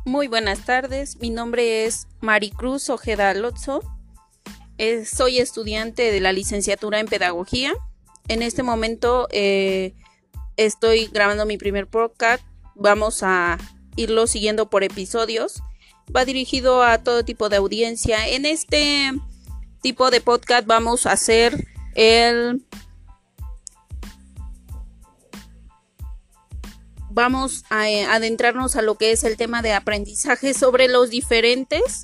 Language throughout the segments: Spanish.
Muy buenas tardes, mi nombre es Maricruz Ojeda Alonso, soy estudiante de la licenciatura en Pedagogía. En este momento estoy grabando mi primer podcast, vamos a irlo siguiendo por episodios, va dirigido a todo tipo de audiencia. En este tipo de podcast vamos a hacer Vamos a adentrarnos a lo que es el tema de aprendizaje sobre los diferentes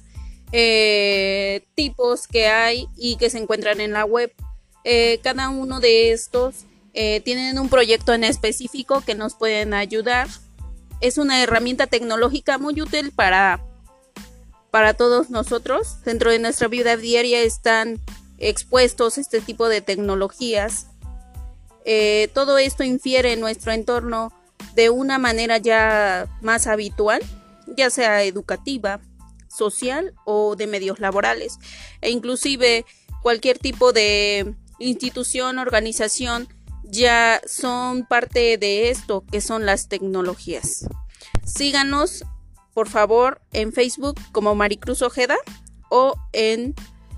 tipos que hay y que se encuentran en la web. Cada uno de estos tienen un proyecto en específico que nos pueden ayudar. Es una herramienta tecnológica muy útil para todos nosotros. Dentro de nuestra vida diaria están expuestos este tipo de tecnologías. Todo esto infiere en nuestro entorno de una manera ya más habitual, ya sea educativa, social o de medios laborales, e inclusive cualquier tipo de institución, organización ya son parte de esto que son las tecnologías. Síganos por favor en Facebook como Maricruz Ojeda o en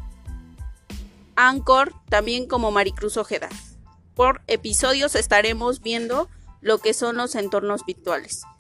Anchor también como Maricruz Ojeda. Por episodios estaremos viendo lo que son los entornos virtuales.